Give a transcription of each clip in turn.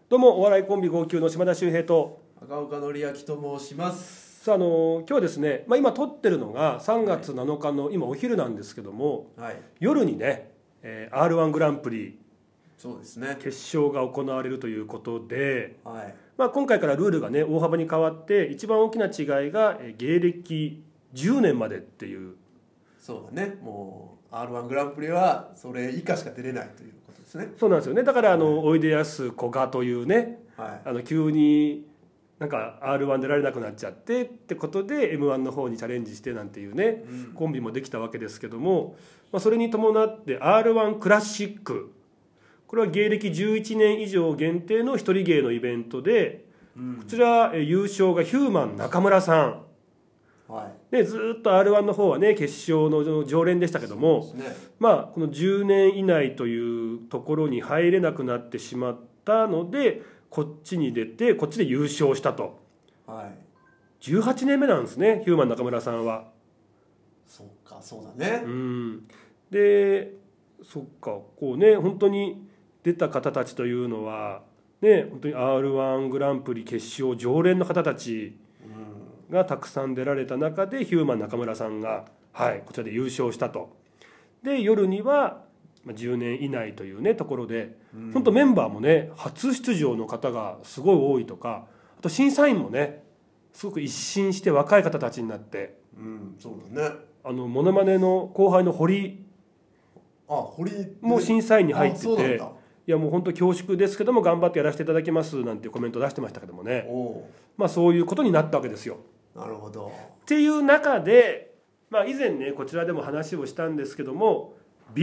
どうもお笑いコンビ号泣の島田秀平と赤岡典明と申します。 さあ、今日はですね、今撮ってるのが3月7日の今お昼なんですけども、 はい、 夜にね、R1 グランプリそうですね、 決勝が行われるということで、 はい、 今回からルールがね大幅に変わって、一番大きな違いが芸歴10年までっていう。 そうだね、もう R1 グランプリはそれ以下しか出れないということですね。 そうなんですよね。だからおいでやすこがというね、 はい、 急になんか R1 出られなくなっちゃってってことで M1 の方にチャレンジしてなんていうね、コンビもできたわけですけども、それに伴って R1 クラシック、これは芸歴11年以上限定の一人芸のイベントで、こちら優勝がヒューマン中村さん、 はい、 でずっと R1 の方はね決勝の常連でしたけども、 ね、 この10年以内というところに入れなくなってしまったので、こっちに出てこっちで優勝したと。 はい、 18年目なんですね、ヒューマン中村さんは。 そうか、そうだね。 でそっか、こうね本当に出た方たちというのはね、本当に R1 グランプリ決勝常連の方たちがたくさん出られた中で、ヒューマン中村さんが、こちらで優勝したと。で夜には10年以内というねところで、本当メンバーもね初出場の方がすごい多いとか、あと審査員もねすごく一新して若い方たちになって、 そうだね。 モノマネの後輩の堀も審査員に入ってて、いやもう本当恐縮ですけども頑張ってやらせていただきますなんていうコメントを出してましたけどもね、そういうことになったわけですよ。 なるほど。 っていう中で、以前ねこちらでも話をしたんですけども、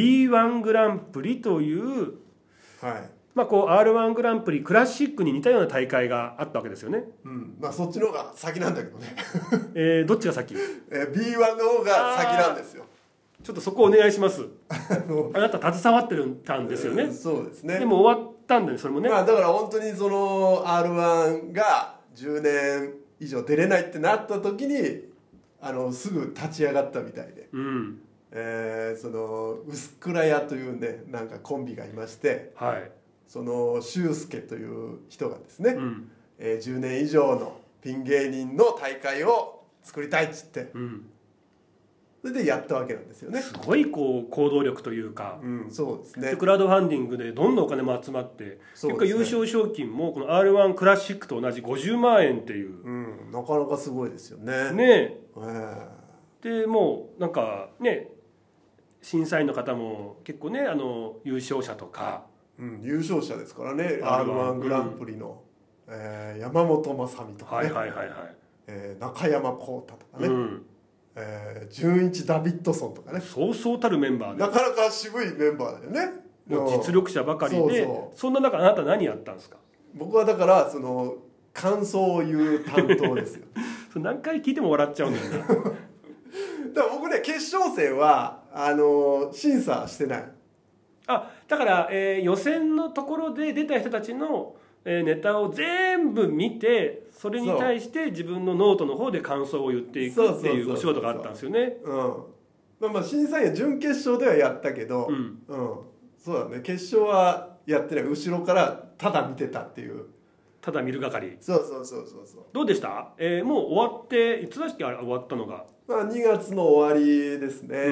B1 グランプリという、こう R1 グランプリクラシックに似たような大会があったわけですよね。 そっちの方が先なんだけどねどっちが先？ B1 の方が先なんですよ。 ちょっとそこお願いします。あなた携わってたんですよね。 そうですね。 でも終わったんだよそれもね。 だから本当にその R1 が10年以上出れないってなった時にすぐ立ち上がったみたいで、その薄倉屋というねなんかコンビがいまして、その修介という人がですね、10年以上のピン芸人の大会を作りたいっつって、それでやったわけなんですよね。 すごいこう行動力というか、 そうですね。 でクラウドファンディングでどんどんお金も集まって、結果優勝賞金もこの R1 クラシックと同じ50万円っていう、 なかなかすごいですよね。 でもうなんかね審査員の方も結構ね優勝者とか、 優勝者ですからね、 R1 グランプリの、山本雅美とかね、中山浩太とかね、純一ダビッドソンとかね、 そうそうたるメンバーで、 なかなか渋いメンバーだよね。 もう実力者ばかりで、そんな中あなた何やったんですか？ 僕はだからその感想を言う担当ですよ何回聞いても笑っちゃうんだよねだから僕ね決勝戦は審査してない。 だから、予選のところで出た人たちのネタを全部見て、それに対して自分のノートの方で感想を言っていくっていうお仕事があったんですよね。 審査員は準決勝ではやったけど、そうだね、決勝はやってない。後ろからただ見てたっていう、 ただ見る係。そう。どうでした？もう終わって、いつだっけ終わったのが。 2月の終わりですね。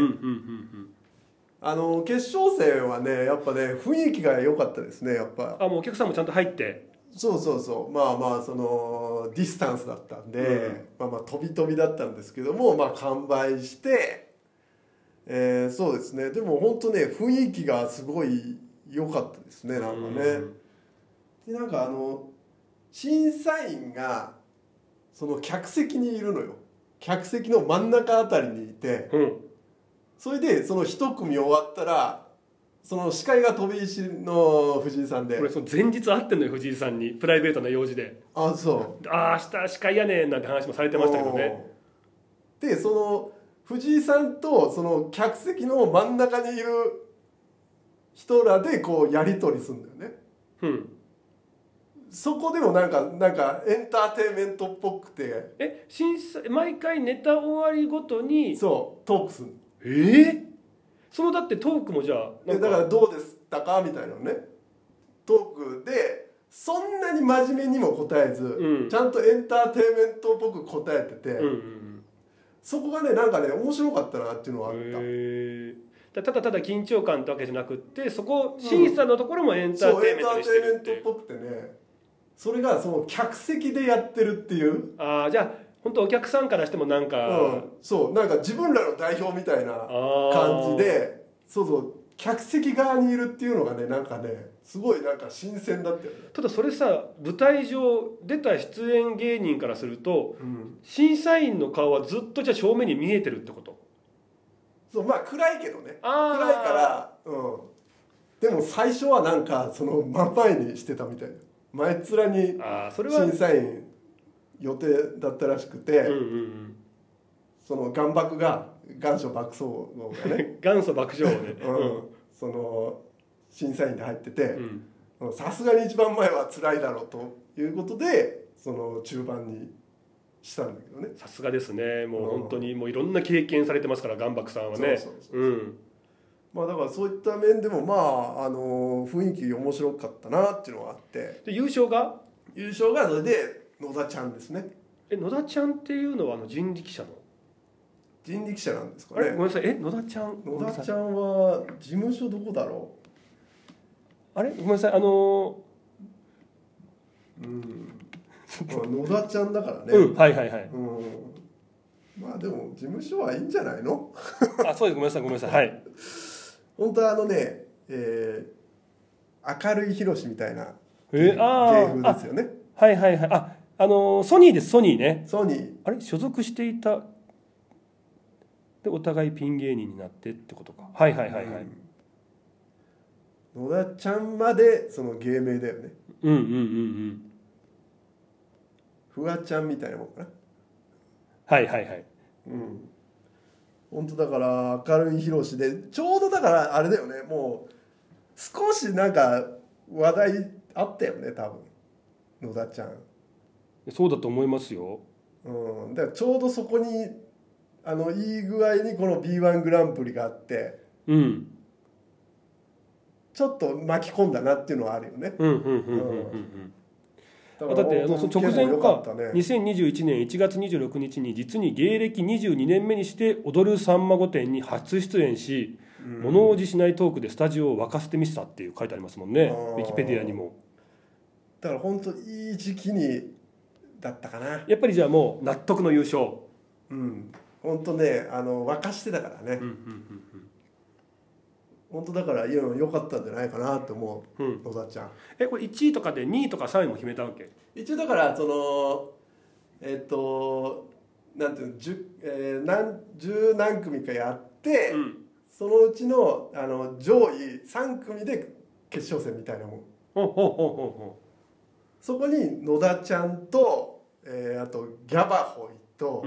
決勝戦はねやっぱね雰囲気が良かったですね。やっぱもうお客さんもちゃんと入って。 そうそのディスタンスだったんで、飛び飛びだったんですけども、完売して、そうですね。でも本当ね雰囲気がすごい良かったですね。なんかね、でなんか審査員がその客席にいるのよ。客席の真ん中あたりにいて、それでその一組終わったらその司会が飛び石の藤井さんで、 これその前日会ってんのよ、藤井さんにプライベートな用事で。 そう、 明日司会やねんなんて話もされてましたけどね。 でその藤井さんとその客席の真ん中にいる人らでこうやり取りするんだよね。そこでもなんかエンターテインメントっぽくて、 毎回ネタ終わりごとにそうトークする。 そのだってトークもじゃあだからどうでしたかみたいなねトークで、そんなに真面目にも答えず、 うんちゃんとエンターテインメントっぽく答えてて、 うんうんそこがねなんかね面白かったなっていうのはあった。 へー、ただただ緊張感ってわけじゃなくってそこ審査のところもエンターテインメントにしてるっていう、 そうエンターテインメントっぽくてね、それがその客席でやってるっていう、 ああじゃあ本当お客さんからしてもなんか、 そうなんか自分らの代表みたいな感じで、そう客席側にいるっていうのがねなんかねすごいなんか新鮮だったよね。 ただそれさ舞台上出た出演芸人からすると、審査員の顔はずっとじゃあ正面に見えてるってこと？ そうまあ暗いけどね、 あー暗いから、でも最初はなんかその真ん前にしてたみたいな、前っ面にそれは審査員予定だったらしくて、その元爆が元祖爆走のがね元祖爆笑ね、 その審査員で入ってて、さすがに一番前は辛いだろうということでその中盤にしたんだけどね。 さすがですね、もう本当にもういろんな経験されてますから元爆さんはね。 まあだからそういった面でもまあ雰囲気面白かったなっていうのがあって、 で優勝がそれで野田ちゃんですね。 野田ちゃんっていうのは人力車の人力車なんですかあれね。 ごめんなさい、野田ちゃんは事務所どこだろう、あれごめんなさい野田ちゃんだからね。 はいはいはい、 まあでも事務所はいいんじゃないのそうです、ごめんなさいはい本当は明るい広しみたいな芸風ですよね。 はいはいはい、ソニーです、ソニーね。 ソニーあれ所属していたでお互いピン芸人になってってことか。はいはいはいはい、 野田ちゃんまでその芸名だよね。フワちゃんみたいなもんかな。 はいはいはい、 本当だから明るい広しでちょうどだからあれだよね、もう少しなんか話題あったよね多分野田ちゃん。 そうだと思いますよ。 だからちょうどそこにいい具合にこの B1 グランプリがあって、ちょっと巻き込んだなっていうのはあるよね。 だって直前か、2021年1月26日に実に芸歴22年目にして踊るさんま御殿に初出演し、物おじしないトークでスタジオを沸かせてみせたっていう書いてありますもんね、ウィキペディアにも。 だから本当いい時期にだったかな。 やっぱりじゃあもう納得の優勝。 本当ね沸かしてたからね。本当だから良かったんじゃないかなと思う、野田ちゃん。 これ1位とかで2位とか3位も決めたわけ？ 一応だからそのなんていうの十何組かやって、そのうちの上位3組で決勝戦みたいなもん。そこに野田ちゃんと、あとギャバホイと、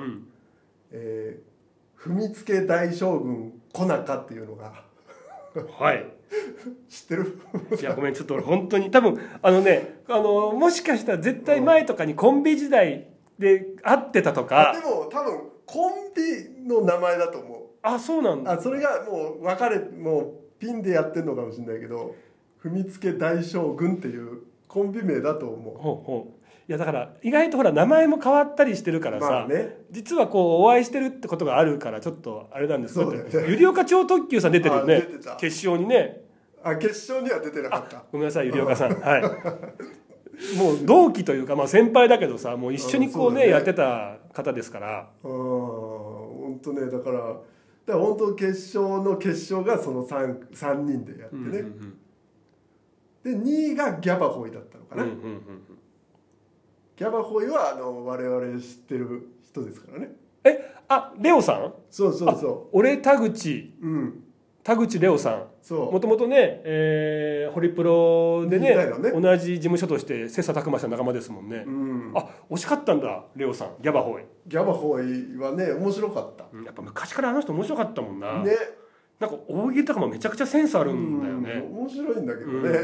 踏みつけ大将軍小中っていうのがはい知ってる？ いやごめん、ちょっと俺本当に多分もしかしたら絶対前とかにコンビ時代で会ってたとか。 でも多分コンビの名前だと思う。 そうなんだ。 それがもうピンでやってんのかもしれないけど、踏みつけ大将軍っていうコンビ名だと思う。 いやだから意外とほら名前も変わったりしてるからさ、実はこうお会いしてるってことがあるからちょっとあれなんですけど、ゆりおか超特急さん出てるよね、決勝にね。 決勝には出てなかった。 ごめんなさい、ゆりおかさん。もう同期というか、先輩だけどさ、もう一緒にこうねやってた方ですから。 本当ね、だから本当決勝の決勝がその3人でやってね。で2位がギャバホイだったのかな。ギャバホイは我々知ってる人ですからね。 レオさん？ そう俺田口レオさん、もともとね、ホリプロでね同じ事務所として切磋琢磨した仲間ですもんね。惜しかったんだレオさん。ギャバホイはね面白かった。やっぱ昔からあの人面白かったもんな。なんか大喜利とかもめちゃくちゃセンスあるんだよね。 面白いんだけどね。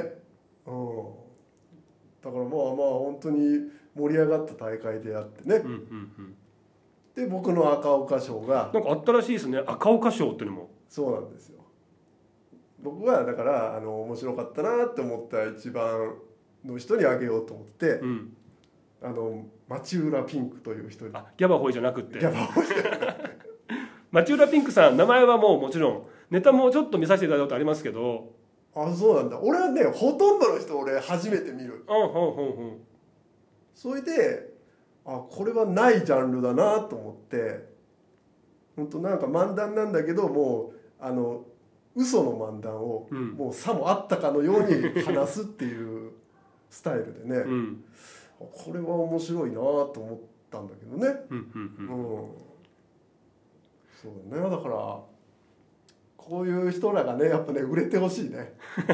だからまあ本当に盛り上がった大会であってね。で僕の赤岡賞がなんかあったらしいですね、赤岡賞っていうのも。 そうなんですよ。僕はだから面白かったなって思った一番の人にあげようと思って、 うん、 町浦ピンクという人に。 あ、ギャバホイじゃなくてギャバホイじゃなくて町浦ピンクさん、名前はもちろんネタもちょっと見させていただいたことありますけど。 あ、そうなんだ。俺はね、ほとんどの人俺初めて見る。それで、あ、これはないジャンルだなと思って、本当なんか漫談なんだけど、もう嘘の漫談を、もうさもあったかのように話すっていうスタイルでね、 うん、 これは面白いなと思ったんだけどね。そうだね。だからこういう人らがね、やっぱね、売れてほしいね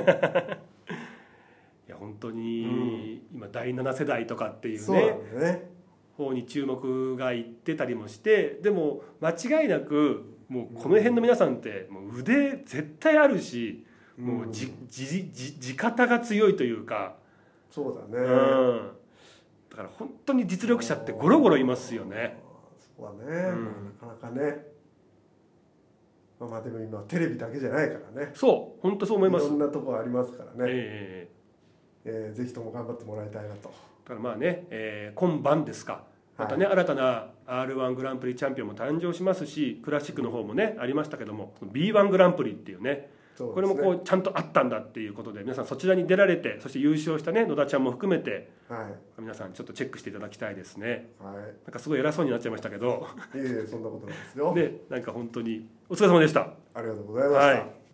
いや本当に、今第7世代とかっていうね、 そうなんだね、 方に注目がいってたりもして、でも間違いなくもうこの辺の皆さんってもう腕絶対あるし、もう地肩が強いというか。 そうだね、 だから本当に実力者ってゴロゴロいますよね。 そうだね、なかなかね。まあでも今テレビだけじゃないからね。 そう、本当そう思います。 いろんなところありますからね。ぜひとも頑張ってもらいたいなと。 だからまあね、今晩ですか、またね、新たな R1 グランプリチャンピオンも誕生しますし、クラシックの方もねありましたけども、 B1 グランプリっていうね、これもこうちゃんとあったんだっていうことで、皆さんそちらに出られて、そして優勝したね野田ちゃんも含めて、皆さんちょっとチェックしていただきたいですね。なんかすごい偉そうになっちゃいましたけど、 いえいえ、そんなことないですよ。 ね、なんか本当にお疲れ様でした。 ありがとうございました。